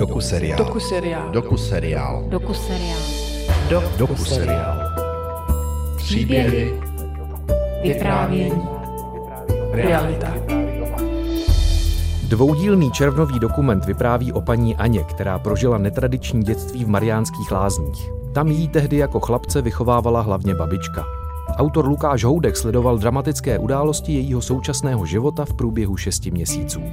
Dokuseriál. Příběhy, vyprávění, realita. Dvoudílný červnový dokument vypráví o paní Aně, která prožila netradiční dětství v Mariánských Lázních. Tam jí tehdy jako chlapce vychovávala hlavně babička. Autor Lukáš Houdek sledoval dramatické události jejího současného života v průběhu 6 měsíců.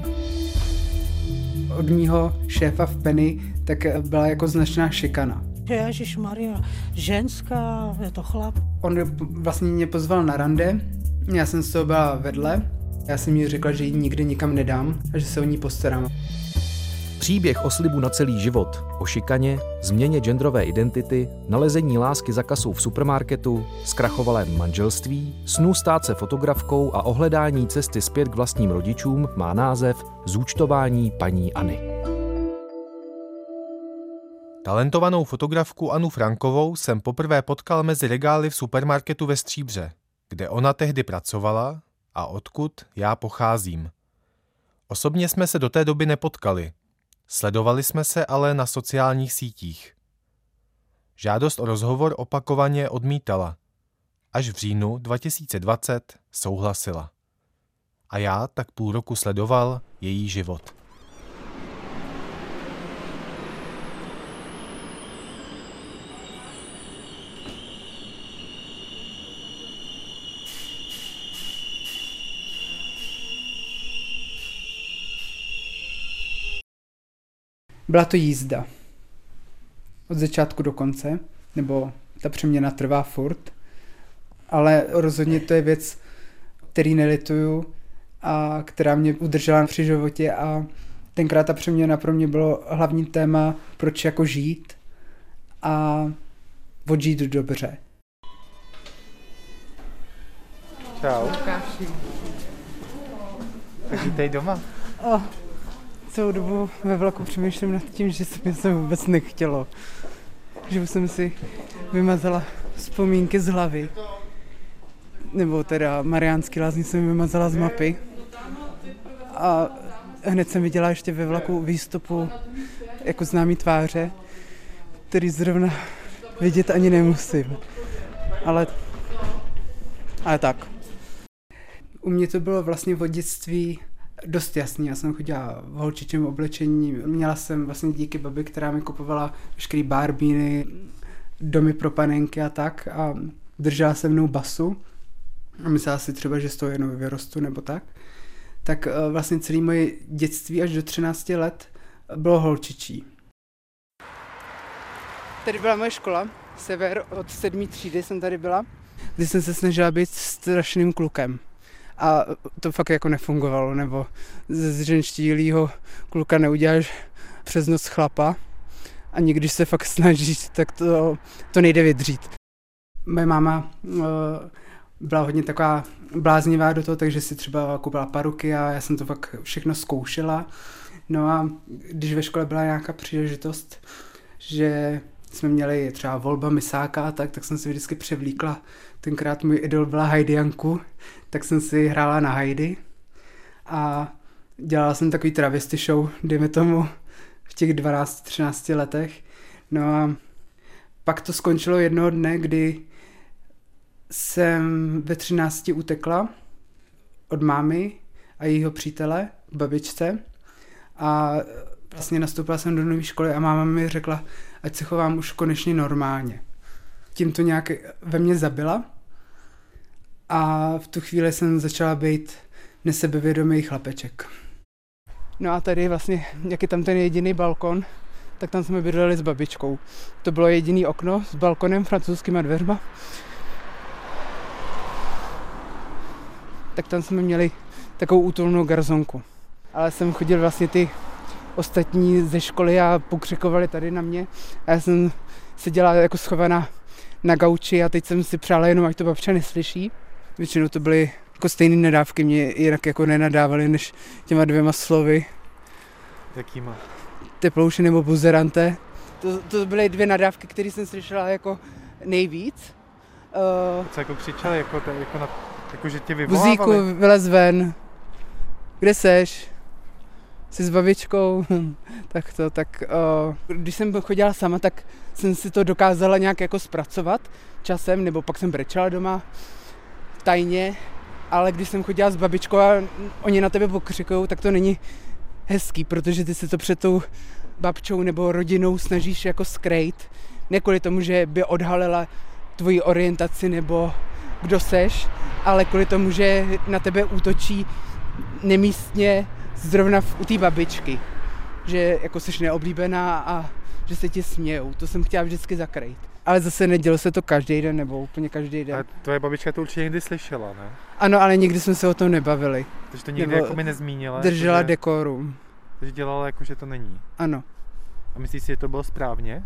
Od mýho šéfa v Penny tak byla jako značná šikana. Ježišmarja, ženská, je to chlap. On vlastně mě pozval na rande, já jsem z toho byla vedle, já jsem jí řekla, že ji nikdy nikam nedám a že se o ní postarám. Příběh o slibu na celý život, o šikaně, změně genderové identity, nalezení lásky za kasou v supermarketu, zkrachovalém manželství, snu stát se fotografkou a ohledání cesty zpět k vlastním rodičům má název Zúčtování paní Any. Talentovanou fotografku Anu Frankovou jsem poprvé potkal mezi regály v supermarketu ve Stříbře, kde ona tehdy pracovala a odkud já pocházím. Osobně jsme se do té doby nepotkali. Sledovali jsme se ale na sociálních sítích. Žádost o rozhovor opakovaně odmítala. Až v říjnu 2020 souhlasila. A já tak půl roku sledoval její život. Byla to jízda. Od začátku do konce, nebo ta přeměna trvá furt, ale rozhodně to je věc, který nelituju a která mě udržela při životě a tenkrát ta přeměna pro mě bylo hlavní téma, proč jako žít a odžít dobře. Čau. Tak vítej doma. Celou dobu ve vlaku přemýšlím nad tím, že se mi to vůbec nechtělo. Že už jsem si vymazala vzpomínky z hlavy. Nebo teda Mariánský Lázně jsem vymazala z mapy. A hned jsem viděla ještě ve vlaku výstupu jako známý tváře, který zrovna vidět ani nemusím. Ale tak. U mě to bylo vlastně od dětství dost jasný, já jsem chodila v holčičím oblečení, měla jsem vlastně díky babi, která mi kupovala veškerý barbíny, domy pro panenky a tak a držela se mnou basu a myslela si třeba, že z toho jednou vyrostu nebo tak. Tak vlastně celé moje dětství až do 13 let bylo holčičí. Tady byla moje škola, Sever, od 7. třídy jsem tady byla, kdy jsem se snažila být strašným klukem. A to fakt jako nefungovalo, nebo ze ženštílýho kluka neuděláš přes noc chlapa a když se fakt snažíš, tak to nejde vydřít. Moje máma byla hodně taková bláznivá do toho, takže si třeba koupila paruky a já jsem to fakt všechno zkoušela. No a když ve škole byla nějaká příležitost, že jsme měli třeba volba misáka a tak jsem si vždycky převlíkla. Tenkrát můj idol byla Heidi Janku, tak jsem si hrála na Heidi a dělala jsem takový travesty show, dejme tomu, v těch 12-13 letech. No a pak to skončilo jednoho dne, kdy jsem ve 13 utekla od mámy a jejího přítele, babičce a vlastně nastoupila jsem do nové školy a máma mi řekla, ať se chovám už konečně normálně. Tím to nějak ve mně zabila a v tu chvíli jsem začala být nesebevědomý chlapeček. No a tady vlastně, jak je tam ten jediný balkon, tak tam jsme bydleli s babičkou. To bylo jediný okno s balkonem, francouzskýma dveřma. Tak tam jsme měli takovou útulnou garzonku. Ale jsem chodil vlastně ty ostatní ze školy a pokřikovali tady na mě. A já jsem seděla jako schovaná na gauči a teď jsem si přála jenom, ať to babča neslyší. Většinou to byly jako stejné nadávky, mě jinak jako nenadávaly než těma 2 slovy. Jakýma? Teplouši nebo buzerante. To byly 2 nadávky, které jsem slyšela jako nejvíc. Co jako křičeli, jako že tě vyvolávali? Buzíku, vylez ven. Kde seš? jsi s babičkou, když jsem chodila sama, tak jsem si to dokázala nějak jako zpracovat časem, nebo pak jsem brečela doma tajně, ale když jsem chodila s babičkou a oni na tebe pokřikujou, tak to není hezký, protože ty se to před tou babčou nebo rodinou snažíš jako skrýt, ne kvůli tomu, že by odhalila tvoji orientaci nebo kdo seš, ale kvůli tomu, že na tebe útočí nemístně zrovna u té babičky, že jako seš neoblíbená a že se ti smějou. To jsem chtěla vždycky zakrýt. Ale zase nedělo se to každý den nebo úplně každý den. A tvoje babička to určitě někdy slyšela, ne? Ano, ale nikdy jsme se o tom nebavili. Takže to nikdy jako mi nezmínila. Držela jakože, dekorum. takže dělala jako, že to není. Ano. A myslíš si, že to bylo správně?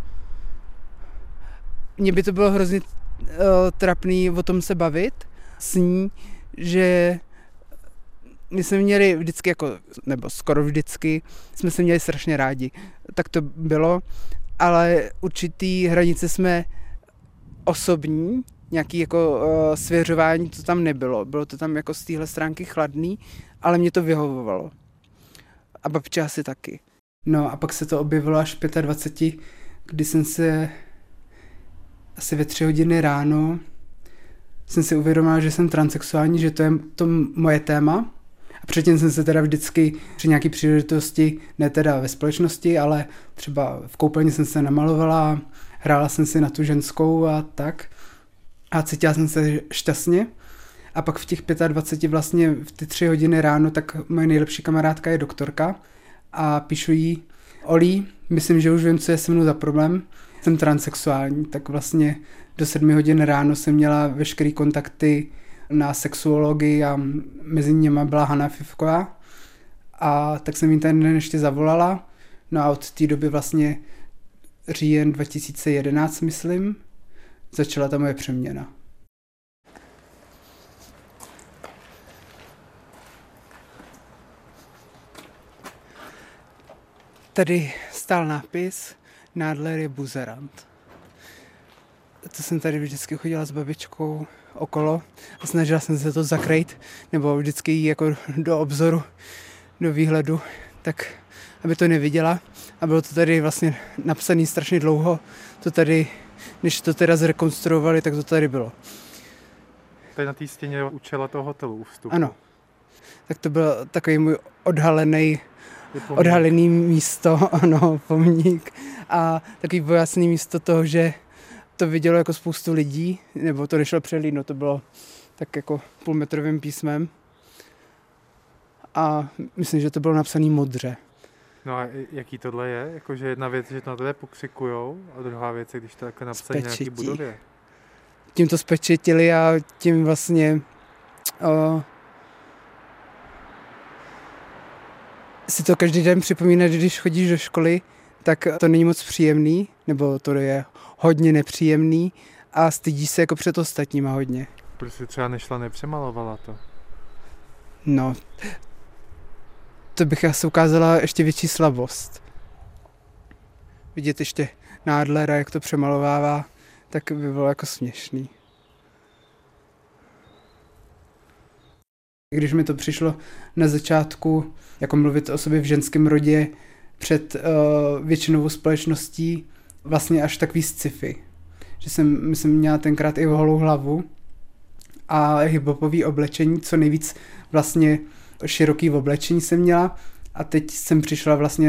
Mně by to bylo hrozně trapný o tom se bavit s ní, že my jsme měli vždycky, jako, nebo skoro vždycky, jsme se měli strašně rádi. Tak to bylo, ale určitý hranice jsme osobní, nějaký jako svěřování, to tam nebylo. Bylo to tam jako z téhle stránky chladný, ale mě to vyhovovalo. A babče asi taky. No a pak se to objevilo až v 25, kdy jsem se asi ve 3 hodiny ráno jsem si uvědomila, že jsem transsexuální, že to je to moje téma. A předtím jsem se teda vždycky při nějaký příležitosti, ne teda ve společnosti, ale třeba v koupelně jsem se namalovala, hrála jsem si na tu ženskou a tak. A cítila jsem se šťastně. A pak v těch 25 vlastně v ty 3 hodiny ráno, tak moje nejlepší kamarádka je doktorka a píšu jí: Oli, myslím, že už vím, co je se mnou za problém. Jsem transsexuální, tak vlastně do 7 hodin ráno jsem měla veškerý kontakty na sexuologii a mezi nimi byla Hana Fifková. A tak jsem jí ten den ještě zavolala. No a od té doby vlastně říjen 2011, myslím, začala ta moje přeměna. Tady stál nápis: Nádler je buzerant. To jsem tady vždycky chodila s babičkou okolo a snažila jsem se to zakrýt, nebo vždycky jí jako do obzoru, do výhledu, tak aby to neviděla. A bylo to tady vlastně napsané strašně dlouho. To tady, než to teda zrekonstruovali, tak to tady bylo. Tady na té stěně u čela toho hotelu u vstupu. Ano. Tak to byl takový můj odhalený místo, ano, pomník. A takový pojasný místo toho, že to vidělo jako spoustu lidí, nebo to nešlo přehlídnout, to bylo tak jako půlmetrovým písmem. A myslím, že to bylo napsané modře. No a jaký tohle je? Jakože jedna věc, že to na tebe pokřikujou, a druhá věc je, když to takhle napsané v nějaký budově. Tím to spečetili a tím vlastně si to každý den připomínat, když chodíš do školy, tak to není moc příjemný, nebo to je hodně nepříjemný a stydíš se jako před ostatníma hodně. Proč jsi třeba nešla, nepřemalovala to? No, to bych asi ukázala ještě větší slabost. Vidět ještě Nádlera, jak to přemalovává, tak by bylo jako směšný. Když mi to přišlo na začátku, jako mluvit o sobě v ženském rodě před většinovou společností, vlastně až takový sci-fi. Že jsem měla tenkrát i holou hlavu a hiphopový oblečení, co nejvíc vlastně široký oblečení jsem měla a teď jsem přišla vlastně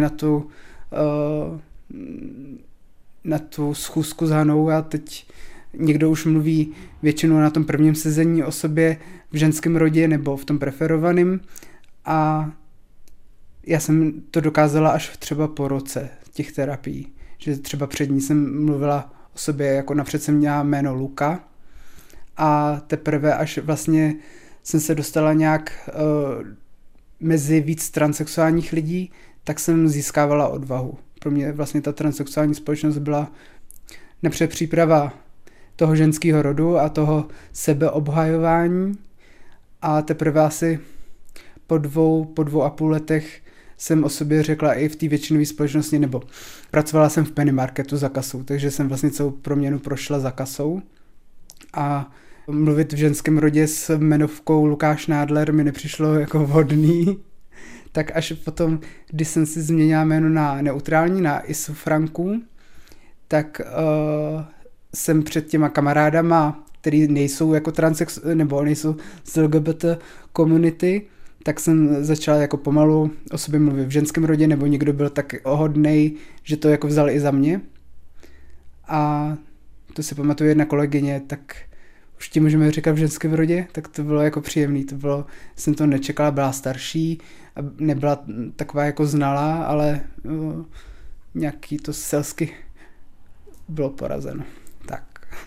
na tu schůzku s Hanou a teď někdo už mluví většinou na tom prvním sezení o sobě v ženském rodě nebo v tom preferovaném a já jsem to dokázala až třeba po roce těch terapií, že třeba před ní jsem mluvila o sobě, jako napřed jsem měla jméno Luka a teprve až vlastně jsem se dostala nějak mezi víc transsexuálních lidí, tak jsem získávala odvahu. Pro mě vlastně ta transsexuální společnost byla napřed příprava toho ženského rodu a toho sebeobhajování a teprve asi po 2,5 letech jsem o sobě řekla i v té většinové společnosti, nebo pracovala jsem v Penny Marketu za kasou, takže jsem vlastně celou proměnu prošla za kasou a mluvit v ženském rodě s jmenovkou Lukáš Nádler mi nepřišlo jako vhodný, tak až potom, když jsem si změnila jméno na neutrální, na Isu Franku, tak jsem před těma kamarádama, který nejsou jako nebo nejsou z LGBT komunity, tak jsem začala jako pomalu o sobě mluvit v ženském rodě, nebo někdo byl tak hodnej, že to jako vzal i za mě. A to si pamatuju jedna kolegyně, tak už ti můžeme říkat v ženském rodě, tak to bylo jako příjemný, jsem to nečekala, byla starší a nebyla taková jako znalá, ale nějaký to selsky bylo porazeno. Tak.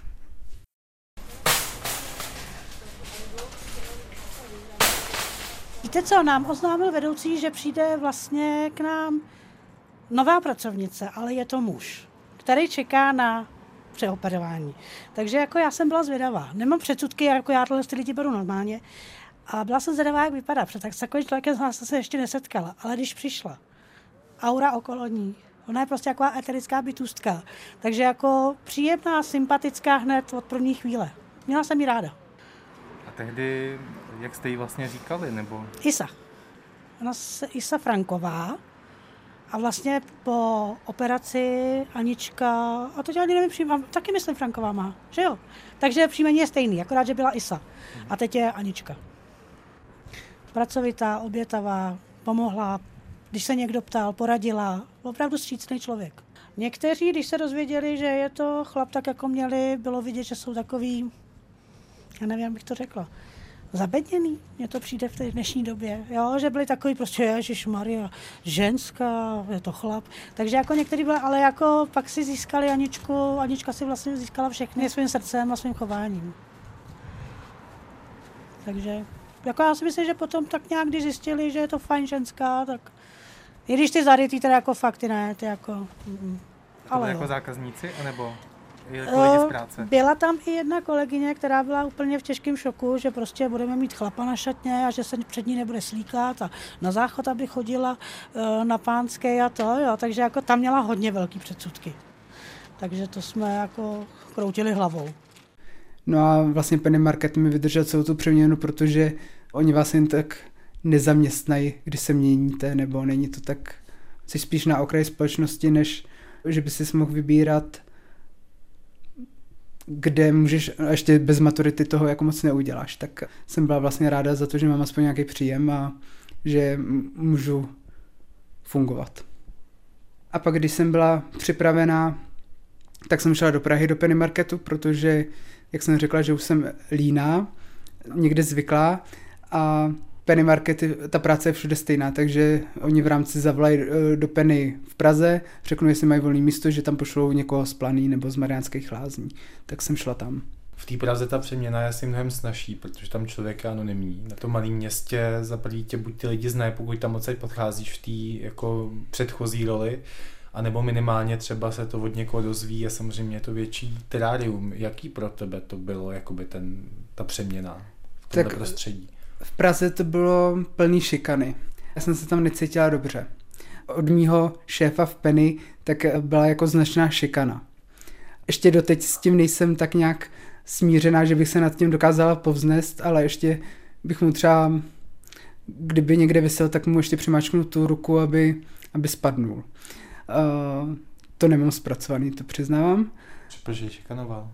Víte co, nám oznámil vedoucí, že přijde vlastně k nám nová pracovnice, ale je to muž, který čeká na přeoperování. Takže jako já jsem byla zvědavá. Nemám předsudky, jako já tyhle lidi beru normálně. A byla jsem zvědavá, jak vypadá, protože s takovým člověkem jsem se ještě nesetkala. Ale když přišla, aura okolo ní, ona je prostě taková eterická bytůstka. Takže jako příjemná, sympatická hned od první chvíle. Měla jsem ji ráda. A tehdy, jak jste jí vlastně říkali, nebo? Isa. Ona se Isa Franková. A vlastně po operaci Anička, a to ani nevím, taky myslím Franková má, že jo? Takže příjmení je stejný, akorát, že byla Isa. A teď je Anička. Pracovitá, obětavá, pomohla, když se někdo ptal, poradila, opravdu vstřícný člověk. Někteří, když se dozvěděli, že je to chlap tak, jako měli, bylo vidět, že jsou takový, já nevím, jak bych to řekla, zabedněný, mně to přijde v té dnešní době, jo, že byli takový prostě ježišmarja, ženská, je to chlap, takže jako některý byli, ale jako pak si získali Aničku, Anička si vlastně získala všechny svým srdcem a svým chováním. Takže jako já si myslím, že potom tak nějak, když zjistili, že je to fajn ženská, tak i když ty zarytý teda jako fakty ne, ty jako... To byly jako zákazníci, anebo jako lidi z práce? Byla tam i jedna kolegyně, která byla úplně v těžkém šoku, že prostě budeme mít chlapa na šatně a že se před ní nebude slíkat a na záchod, aby chodila na pánské a to, jo, takže jako tam měla hodně velký předsudky. Takže to jsme jako kroutili hlavou. No a vlastně Penny Market mi vydržel celou tu přeměnu, protože oni vás jen tak nezaměstnají, když se měníte, nebo není to tak, jsi spíš na okraji společnosti, než že by si mohl vybírat, kde můžeš, a ještě bez maturity toho jako moc neuděláš, tak jsem byla vlastně ráda za to, že mám aspoň nějaký příjem a že můžu fungovat. A pak, když jsem byla připravená, tak jsem šla do Prahy do Penny Marketu, protože, jak jsem řekla, že už jsem líná, někde zvyklá a Penny Markety, ta práce je všude stejná, takže oni v rámci zavolají do Penny v Praze, řeknu, jestli mají volné místo, že tam pošlou někoho z Planý nebo z Mariánských Lázní. Tak jsem šla tam. V té Praze ta přeměna je asi mnohem snazší, protože tam člověk je anonymní. Na tom malém městě za první tě buď ty lidi znají, pokud tam odsaď podcházíš v té jako předchozí roli, anebo minimálně třeba se to od někoho dozví a samozřejmě je to větší terárium. Jaký pro tebe to bylo jakoby ta přeměna v tomhle prostředí? V Praze to bylo plný šikany. Já jsem se tam necítila dobře. Od mýho šéfa v Penny tak byla jako značná šikana. Ještě doteď s tím nejsem tak nějak smířená, že bych se nad tím dokázala povznést, ale ještě bych mu třeba, kdyby někde visel, tak mu ještě přimáčknu tu ruku, aby spadnul. To nemám zpracovaný, to přiznávám. Proč je šikanoval?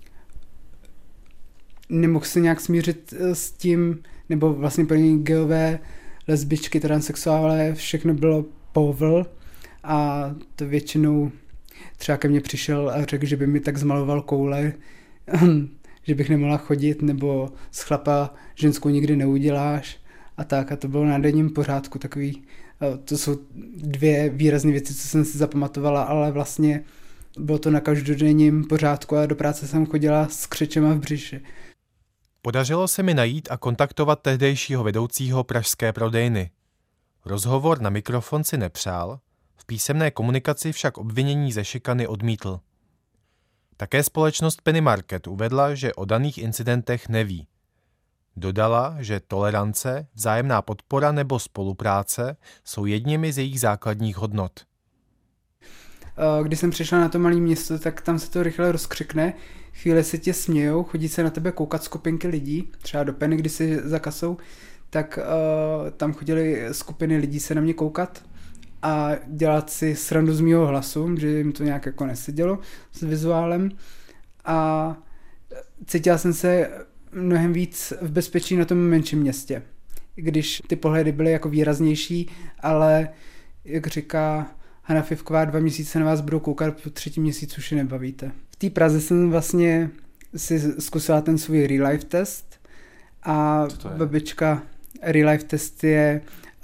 Nemohl se nějak smířit s tím, nebo vlastně pro ní geové, lesbičky, transsexuálové, všechno bylo povl a to většinou třeba ke mně přišel a řekl, že by mi tak zmaloval koule, že bych nemohla chodit, nebo z chlapa ženskou nikdy neuděláš a tak. A to bylo na denním pořádku takový. To jsou dvě výrazné věci, co jsem si zapamatovala, ale vlastně bylo to na každodenním pořádku a do práce jsem chodila s křečema v břiše. Podařilo se mi najít a kontaktovat tehdejšího vedoucího pražské prodejny. Rozhovor na mikrofon si nepřál, v písemné komunikaci však obvinění ze šikany odmítl. Také společnost Penny Market uvedla, že o daných incidentech neví. Dodala, že tolerance, vzájemná podpora nebo spolupráce jsou jedněmi z jejich základních hodnot. Když jsem přišla na to malé město, tak tam se to rychle rozkřikne, chvíli se tě smějou, chodí se na tebe koukat skupinky lidí, třeba do Penny, když jsi za kasou, tak tam chodily skupiny lidí se na mě koukat a dělat si srandu z mýho hlasu, že jim to nějak jako nesedělo s vizuálem a cítila jsem se mnohem víc v bezpečí na tom menším městě, když ty pohledy byly jako výraznější, ale jak říká Hana Fivková, 2 měsíce na vás budou koukat, po 3. měsíci už je nebavíte. V té Praze jsem vlastně si zkusila ten svůj real life test a babička real life test je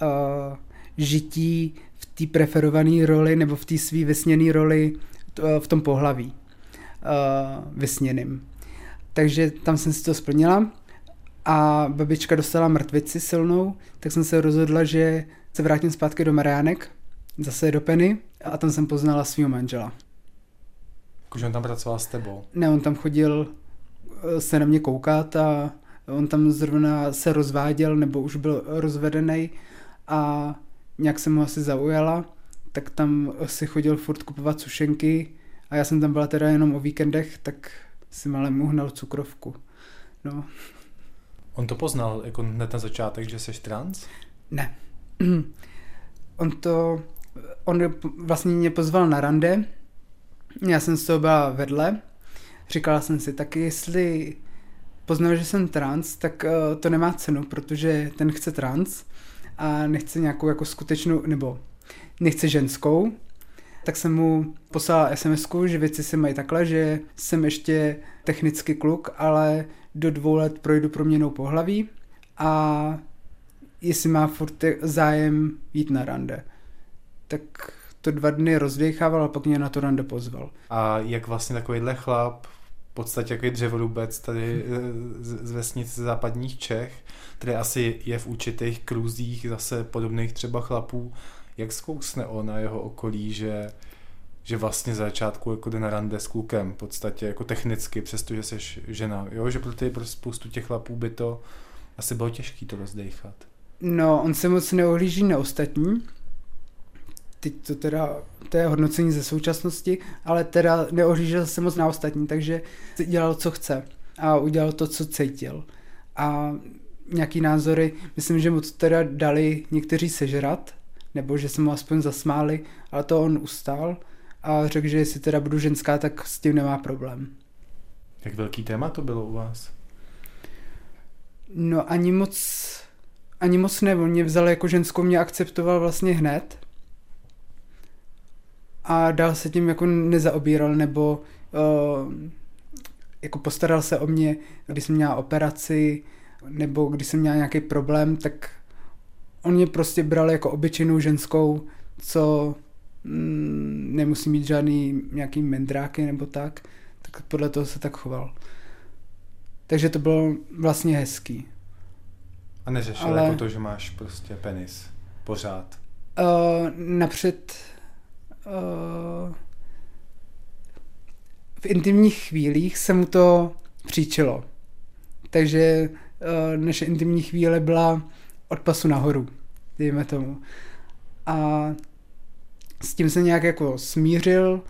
žití v té preferované roli nebo v té svý vysněné roli v tom pohlaví vysněným. Takže tam jsem si to splnila a babička dostala mrtvici silnou, tak jsem se rozhodla, že se vrátím zpátky do Mariánek, zase do Penny a tam jsem poznala svýho manžela. Jakože on tam pracoval s tebou? Ne, on tam chodil se na mě koukat a on tam zrovna se rozváděl nebo už byl rozvedený a nějak jsem ho asi zaujala, tak tam si chodil furt kupovat sušenky a já jsem tam byla teda jenom o víkendech, tak si malem uhnal cukrovku. No. On to poznal jako hned na začátek, že jsi trans? Ne. On vlastně mě pozval na rande, já jsem z toho byla vedle, říkala jsem si, tak jestli poznal, že jsem trans, tak to nemá cenu, protože ten chce trans a nechce nějakou jako skutečnou, nebo nechce ženskou, tak jsem mu poslala SMS-ku, že věci se mají takhle, že jsem ještě technicky kluk, ale do 2 let projdu proměnou pohlaví a jestli má furt zájem jít na rande. Tak to 2 dny rozvěchával a pak mě na to rande pozval. A jak vlastně takovýhle chlap, v podstatě jako dřevorubec tady z vesnic západních Čech, který asi je v určitých kruzích zase podobných třeba chlapů, jak zkousne on na jeho okolí, že vlastně za začátku jako jde na rande s klukem, v podstatě jako technicky, přestože jsi žena, jo? Že pro spoustu těch chlapů by to asi bylo těžké to rozdejchat. No, on se moc neohlíží na ostatní, teď to je hodnocení ze současnosti, ale teda neohlížel se moc na ostatní, takže dělal, co chce a udělal to, co cítil. A nějaký názory, myslím, že mu to teda dali někteří sežrat, nebo že se mu aspoň zasmáli, ale to on ustál a řekl, že jestli teda budu ženská, tak s tím nemá problém. Jak velký téma to bylo u vás? No ani moc ne, on mě vzal jako ženskou, mě akceptoval vlastně hned a dál se tím jako nezaobíral, nebo jako postaral se o mě, když jsem měla operaci, nebo když jsem měla nějaký problém, tak on mě prostě bral jako obyčejnou ženskou, co nemusí mít žádný nějaký mendráky nebo tak podle toho se tak choval. Takže to bylo vlastně hezký. A neřešil jako to, že máš prostě penis pořád? Napřed v intimních chvílích se mu to příčilo. Takže naše intimní chvíle byla od pasu nahoru, dejme tomu. A s tím se nějak jako smířil,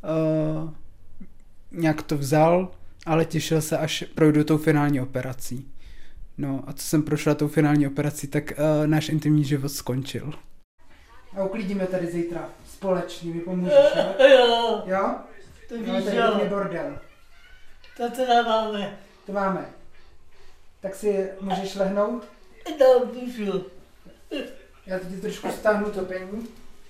nějak to vzal, ale těšil se, až projdu tou finální operací. No a co jsem prošla tou finální operací, tak náš intimní život skončil. A uklidíme tady zítra společně, mi pomůžeš, jo? Jo. Jo? To víš, tady jo. je bordel. To teda máme. To máme. Tak si můžeš lehnout? No, můžu. Já teď trošku stáhnu topení.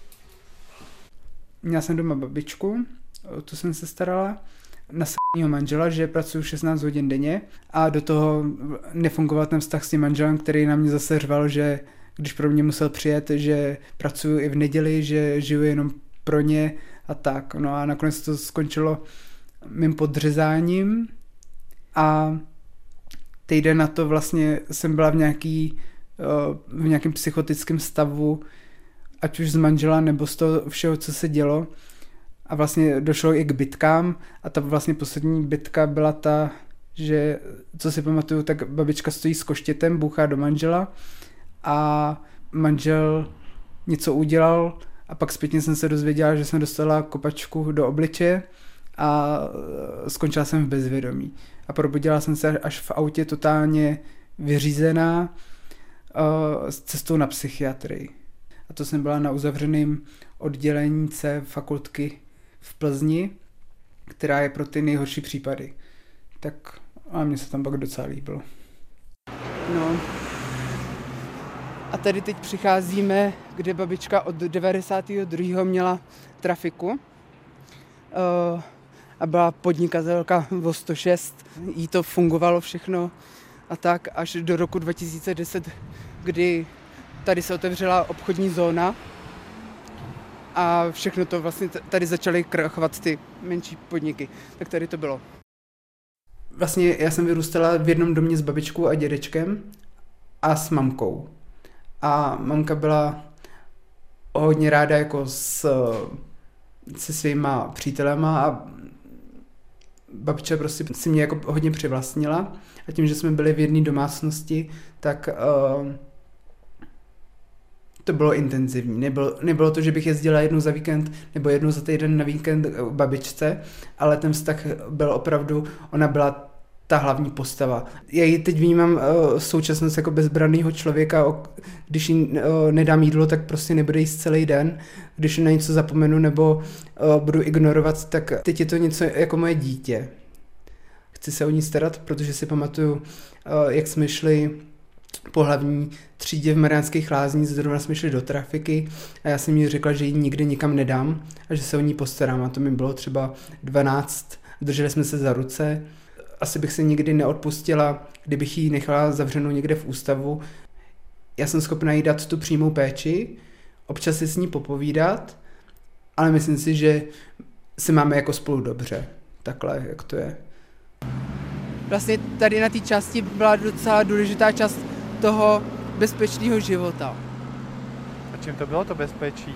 Měla jsem doma babičku, o tu jsem se starala, na s***ního manžela, že pracuju 16 hodin denně a do toho nefungoval ten vztah s tím manželem, který na mě zase řval, že když pro mě musel přijet, že pracuju i v neděli, že žiju jenom pro ně a tak. No a nakonec to skončilo mým podřezáním a týden na to vlastně jsem byla v nějakém psychotickém stavu, ať už z manžela nebo z toho všeho, co se dělo. A vlastně došlo i k bitkám a ta vlastně poslední bitka byla ta, že, co si pamatuju, tak babička stojí s koštětem, bouchá do manžela a manžel něco udělal a pak zpětně jsem se dozvěděla, že jsem dostala kopačku do obličeje a skončila jsem v bezvědomí. A probudila jsem se až v autě totálně vyřízená s cestou na psychiatrii. A to jsem byla na uzavřeném oddělení C fakultky v Plzni, která je pro ty nejhorší případy. Tak a mně se tam pak docela líbilo. No. A tady teď přicházíme, kde babička od 92. měla trafiku. A byla podnikatelka o 106. Jí to fungovalo všechno a tak až do roku 2010, kdy tady se otevřela obchodní zóna a všechno to vlastně tady začaly krachovat ty menší podniky. Tak tady to bylo. Vlastně já jsem vyrůstala v jednom domě s babičkou a dědečkem a s mamkou. A mamka byla hodně ráda jako se svýma přítelema a babička prostě si mě jako hodně přivlastnila a tím, že jsme byli v jedné domácnosti, tak to bylo intenzivní. Nebylo to, že bych jezdila jednou za víkend nebo jednou za týden na víkend k babičce, ale ten vztah byl opravdu, ona byla ta hlavní postava. Já ji teď vnímám současnost jako bezbrannýho člověka, když jí nedám jídlo, tak prostě nebude jíst celý den. Když na něco zapomenu nebo budu ignorovat, tak teď je to něco jako moje dítě. Chci se o ní starat, protože si pamatuju, jak jsme šli po hlavní třídě v Mariánských Lázních, zrovna jsme šli do trafiky a já jsem jí řekla, že ji nikdy nikam nedám a že se o ní postarám. A to mi bylo třeba 12, drželi jsme se za ruce. Asi bych se nikdy neodpustila, kdybych ji nechala zavřenou někde v ústavu. Já jsem schopná jí dát tu přímou péči, občas si s ní popovídat, ale myslím si, že se máme jako spolu dobře. Takhle, jak to je. Vlastně tady na té části byla docela důležitá část toho bezpečného života. A čím to bylo to bezpečí?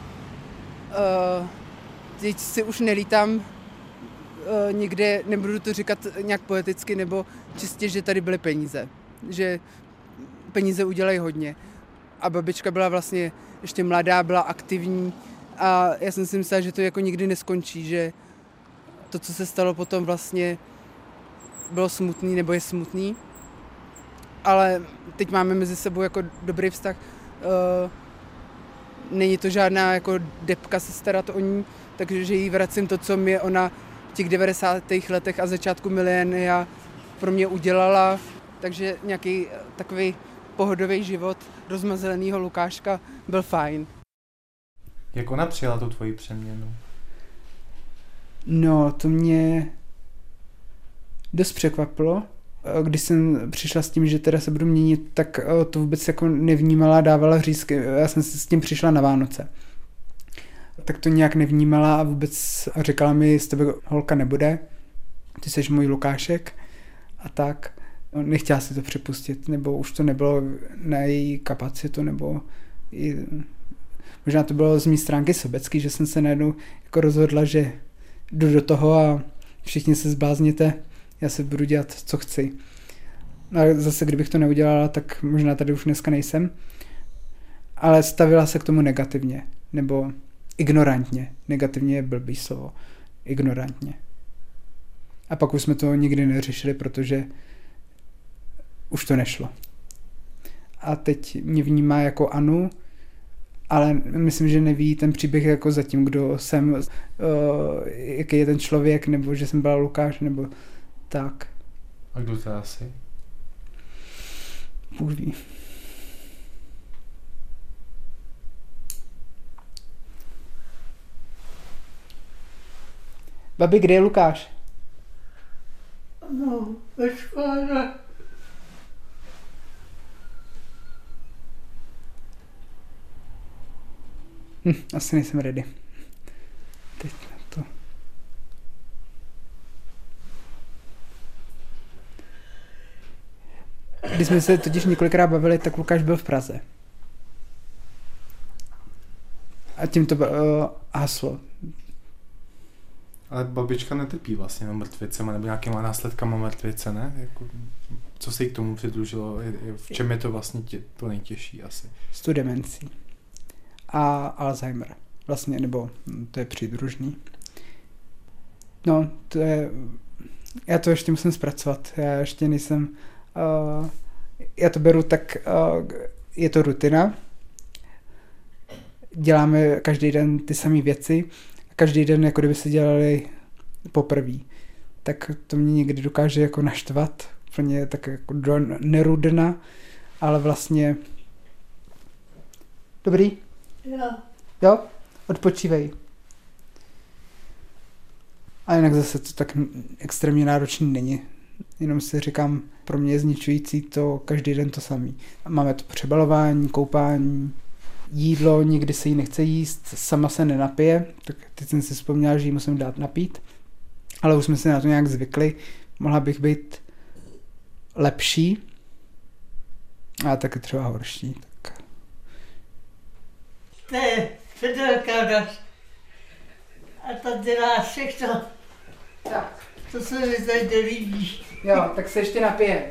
Teď si už nelítám nikde, nebudu to říkat nějak poeticky, nebo čistě, že tady byly peníze. Že peníze udělají hodně. A babička byla vlastně ještě mladá, byla aktivní a já jsem si myslela, že to jako nikdy neskončí, že to, co se stalo potom vlastně bylo smutný nebo je smutný. Ale teď máme mezi sebou jako dobrý vztah. Není to žádná jako depka se starat o ní, takže jí vracím to, co mi ona v těch 90. letech a začátku milénia pro mě udělala. Takže nějaký takový pohodový život rozmazelenýho Lukáška byl fajn. Jak ona přijala tu tvoji přeměnu? No, to mě dost překvapilo. Když jsem přišla s tím, že teda se budu měnit, tak to vůbec jako nevnímala, dávala řízky. Já jsem s tím přišla na Vánoce. Tak to nějak nevnímala a vůbec říkala mi, z tebe holka nebude, ty jsi můj Lukášek a tak. Nechtěla si to připustit, nebo už to nebylo na její kapacitu, nebo možná to bylo z mé stránky sobecký, že jsem se najednou jako rozhodla, že jdu do toho a všichni se zblázněte, já se budu dělat, co chci. A zase, kdybych to neudělala, tak možná tady už dneska nejsem. Ale stavila se k tomu negativně, nebo ignorantně. Negativně je blbý slovo. Ignorantně. A pak už jsme to nikdy neřešili, protože už to nešlo. A teď mě vnímá jako Anu, ale myslím, že neví ten příběh jako zatím, kdo jsem, jaký je ten člověk, nebo že jsem byla Lukáš, nebo tak. A kdo to asi? Bůh ví. Babi, kde je Lukáš? No, ve škole. Asi nejsem ready. Teď na to. Když jsme se totiž několikrát bavili, tak Lukáš byl v Praze. A tím to haslo. Ale babička netrpí vlastně na mrtvicema nebo nějakýma následkama mrtvice, ne? Jako, co se jí k tomu přidružilo? V čem je to vlastně to nejtěžší asi? S tu demencí. A Alzheimer. Vlastně, nebo to je přidružný. No, to je... Já to ještě musím zpracovat. Já ještě nejsem já to beru tak, je to rutina. Děláme každý den ty samé věci. Každý den, jako kdyby se dělali poprvé. Tak to mě někdy dokáže jako naštvat. Úplně tak jako do nerudna, ale vlastně... Dobrý? Jo? Odpočívej. A jinak zase to tak extrémně náročný není. Jenom si říkám, pro mě je zničující to každý den to samý. Máme to přebalování, koupání, jídlo, nikdy se jí nechce jíst, sama se nenapije, tak teď jsem si vzpomněla, že jí musím dát napít, ale už jsme si na to nějak zvykli, mohla bych být lepší, a taky třeba horší. Tak. To je Federka a ta dělá všechno. Tak. To se mi tady nelíbí. Jo, tak se ještě napije.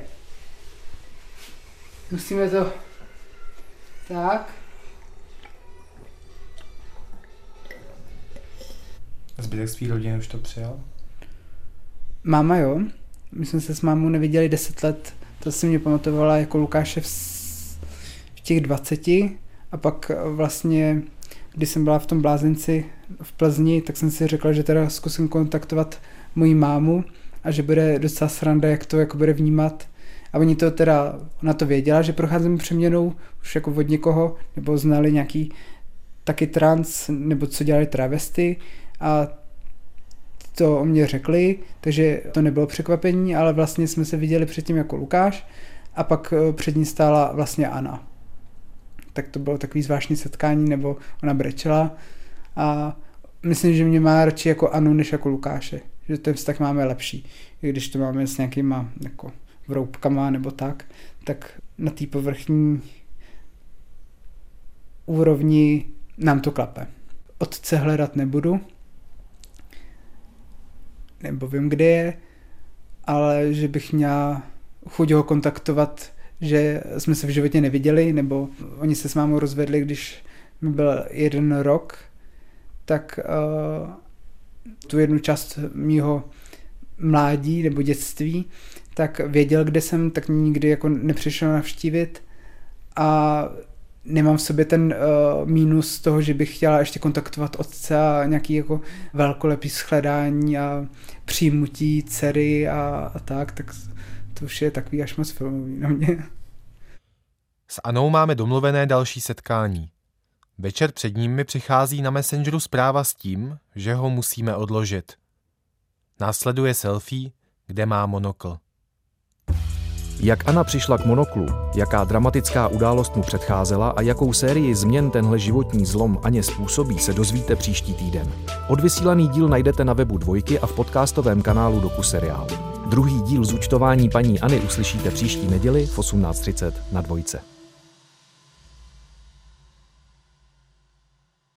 Musíme to... Tak. Zbytek svý rodiny už to přijal? Máma jo. My jsme se s mámou neviděli 10 let. To si mě pamatovala jako Lukáše v těch 20. A pak vlastně, když jsem byla v tom blázinci v Plzni, tak jsem si řekla, že teda zkusím kontaktovat moji mámu a že bude docela sranda, jak to jako bude vnímat. A oni to teda, ona to věděla, že procházím přeměnou už jako od někoho, nebo znali nějaký taky trans, nebo co dělali travesty a to o mě řekli, takže to nebylo překvapení, ale vlastně jsme se viděli předtím jako Lukáš a pak před ní stála vlastně Anna. Tak to bylo takový zvláštní setkání, nebo ona brečela a myslím, že mě má radši jako Anu, než jako Lukáše. Že ten vztah máme lepší. I když to máme s nějakýma jako vroubkama nebo tak na té povrchní úrovni nám to klape. Otce hledat nebudu, nebo vím, kde je, ale že bych měla chuť ho kontaktovat, že jsme se v životě neviděli, nebo oni se s mámou rozvedli, když mi byl 1 rok, tak tu jednu část mýho mládí nebo dětství, tak věděl, kde jsem, tak nikdy jako nepřišel navštívit a nemám v sobě ten mínus toho, že bych chtěla ještě kontaktovat otce a nějaký jako velkolepý shledání a přijmutí dcery a tak to už je takový až moc filmový na mě. S Anou máme domluvené další setkání. Večer před ním mi přichází na Messengeru zpráva s tím, že ho musíme odložit. Následuje selfie, kde má monokl. Jak Anna přišla k monoklu, jaká dramatická událost mu předcházela a jakou sérii změn tenhle životní zlom Aně způsobí, se dozvíte příští týden. Odvysílaný díl najdete na webu Dvojky a v podcastovém kanálu Dokuseriál. Druhý díl zúčtování paní Anny uslyšíte příští neděli v 18:30 na Dvojce.